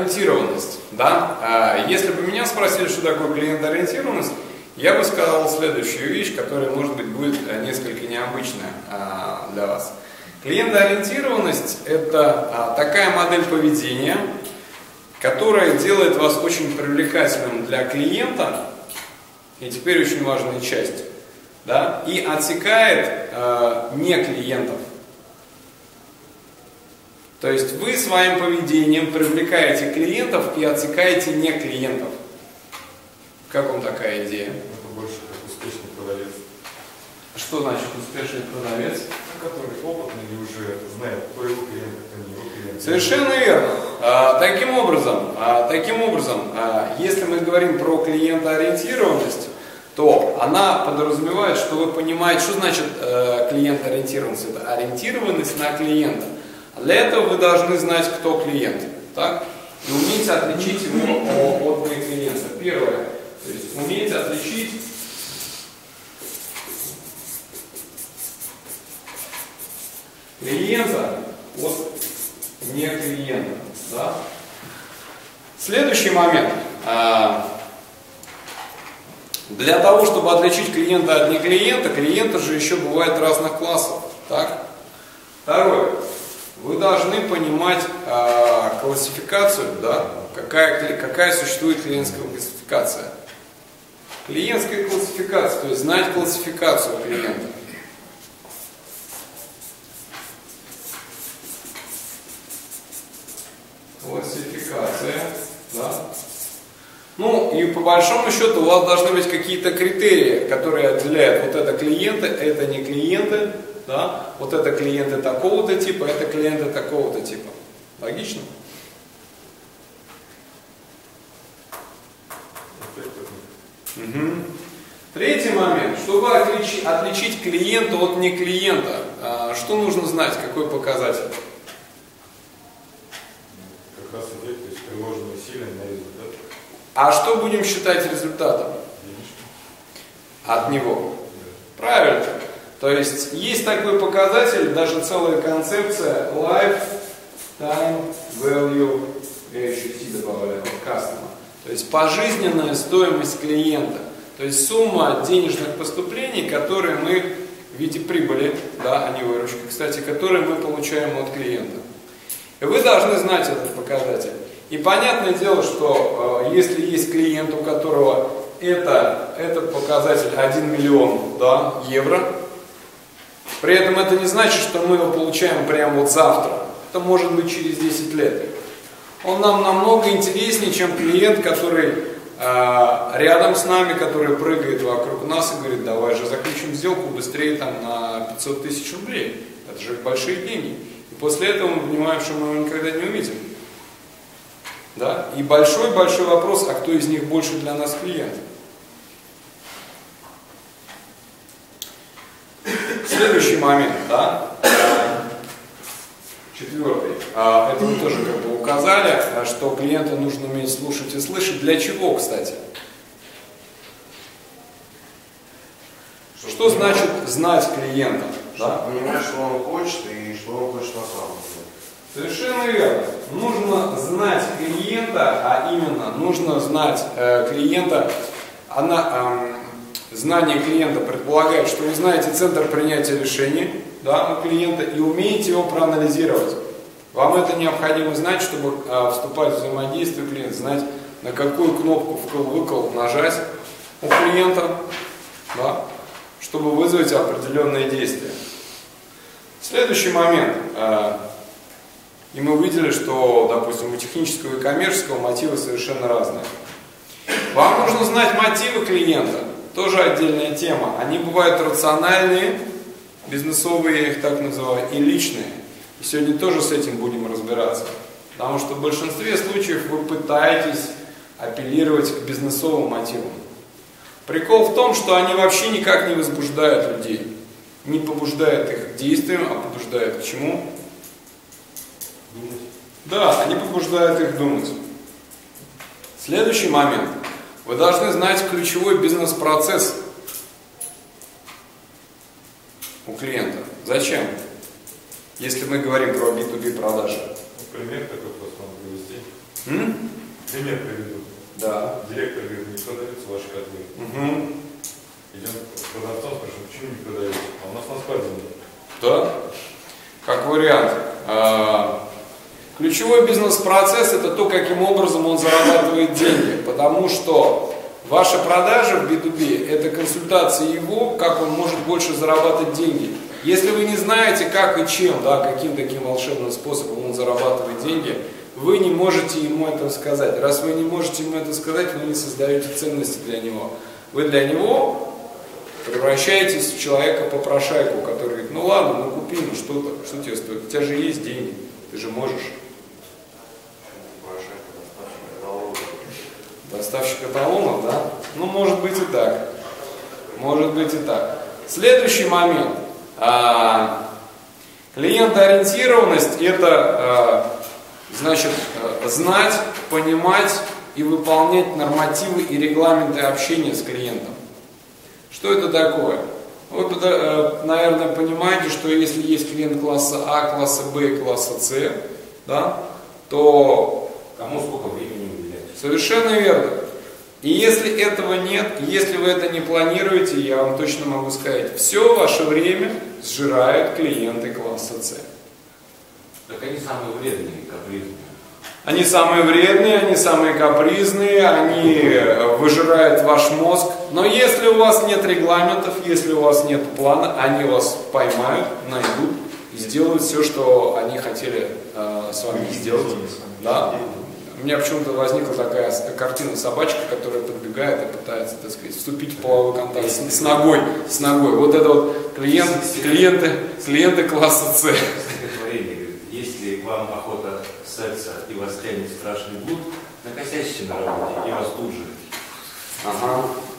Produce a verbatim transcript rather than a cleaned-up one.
клиентоориентированность. Да? Если бы меня спросили, что такое клиентоориентированность, я бы сказал следующую вещь, которая, может быть, будет несколько необычная для вас. Клиентоориентированность – это такая модель поведения, которая делает вас очень привлекательным для клиента, и теперь очень важная часть, да, и отсекает э, не клиентов. То есть вы своим поведением привлекаете клиентов и отсекаете не клиентов. Как вам такая идея? Это больше как успешный продавец. Что значит успешный продавец? Который опытный и уже знает, кто его клиент, кто не его клиент. Совершенно верно. А, таким образом, а, таким образом, а, если мы говорим про клиентоориентированность, то она подразумевает, что вы понимаете, что значит э, клиентоориентированность. Это ориентированность на клиента. Для этого вы должны знать, кто клиент, так? И уметь отличить его от клиента. Первое, то есть уметь отличить клиента от не клиента. Да? Следующий момент. Для того, чтобы отличить клиента от не клиента, клиенты же еще бывают разных классов. Так? Второе. Вы должны понимать а, классификацию, да? какая, какая существует клиентская классификация. Клиентская классификация, то есть знать классификацию клиента. Классификация, да. Ну и по большому счету у вас должны быть какие-то критерии, которые отделяют вот это клиенты, это не клиенты, да. Вот это клиенты такого-то типа, это клиенты такого-то типа. Логично? Угу. Третий момент. Чтобы отличить, отличить клиента от не клиента, что нужно знать, какой показатель? Как раз эффект, то есть приложенные усилия на результат. А что будем считать результатом? От него. Правильно. То есть есть такой показатель, даже целая концепция lifetime value, я еще T добавляю, customer. То есть пожизненная стоимость клиента. То есть сумма денежных поступлений, которые мы в виде прибыли, да, а не выручки, кстати, которые мы получаем от клиента. И вы должны знать этот показатель. И понятное дело, что э, если есть клиент, у которого это, этот показатель один миллион, да, евро, при этом это не значит, что мы его получаем прямо вот завтра. Это может быть через десять лет. Он нам намного интереснее, чем клиент, который э, рядом с нами, который прыгает вокруг нас и говорит: давай же заключим сделку быстрее там, на пятьсот тысяч рублей. Это же большие деньги. И после этого мы понимаем, что мы его никогда не увидим. Да? И большой-большой вопрос, а кто из них больше для нас клиент? Следующий момент, да? Четвертый. Это мы тоже как бы указали, что клиента нужно уметь слушать и слышать. Для чего, кстати? Что значит знать клиента? Да? Понимать, что он хочет и что он хочет на самом деле. Совершенно верно. Нужно знать клиента, а именно нужно знать э, клиента. Она, э, знание клиента предполагает, что вы знаете центр принятия решений, да, у клиента и умеете его проанализировать. Вам это необходимо знать, чтобы э, вступать в взаимодействие клиента, знать, на какую кнопку вкл-выкл нажать у клиента, да, чтобы вызвать определенные действия. Следующий момент. Э, И мы увидели, что, допустим, у технического и коммерческого мотивы совершенно разные. Вам нужно знать мотивы клиента. Тоже отдельная тема. Они бывают рациональные, бизнесовые, я их так называю, и личные. И сегодня тоже с этим будем разбираться. Потому что в большинстве случаев вы пытаетесь апеллировать к бизнесовым мотивам. Прикол в том, что они вообще никак не возбуждают людей. Не побуждают их к действиям, а побуждают к чему? Да, они побуждают их думать. Следующий момент. Вы должны знать ключевой бизнес-процесс у клиента. Зачем? Если мы говорим про би ту би продажи. Пример такой просто вам привести. М? Пример приведу. Да. Директор говорит, не продаются ваши котлы. Угу. Идем к продавцам, спрашиваем, почему не продаете? А у нас на складе нет. Да. Как вариант. А, ключевой бизнес-процесс — это то, каким образом он зарабатывает деньги. Потому что ваша продажа в би ту би — это консультация его, как он может больше зарабатывать деньги. Если вы не знаете, как и чем, да, каким таким волшебным способом он зарабатывает деньги, вы не можете ему это сказать. Раз вы не можете ему это сказать, вы не создаете ценности для него. Вы для него превращаетесь в человека-попрошайку, который говорит, ну ладно, ну купи, ну что-то, что тебе стоит? У тебя же есть деньги, ты же можешь. Доставщик эталонов, да? Ну, может быть и так. Может быть и так. Следующий момент. А, клиентоориентированность — это, а, значит, знать, понимать и выполнять нормативы и регламенты общения с клиентом. Что это такое? Вы, наверное, понимаете, что если есть клиент класса А, класса Б и класса С, да, то... Кому сколько времени уделять? Совершенно верно. И если этого нет, если вы это не планируете, я вам точно могу сказать, все ваше время сжирают клиенты класса С. Так они самые вредные, капризные. Они самые вредные, они самые капризные, они выжирают ваш мозг. Но если у вас нет регламентов, если у вас нет плана, они вас поймают, найдут и сделают все, что они хотели э, с вами сделать. Да? У меня почему-то возникла такая картина собачка, которая подбегает и пытается, так сказать, вступить в половой контакт с, с ногой, с ногой. Вот это вот клиент, клиенты, клиенты класса С. Если вам охота секса и вас тянет страшный блуд, накосячьте на работе и вас тут же. Ага.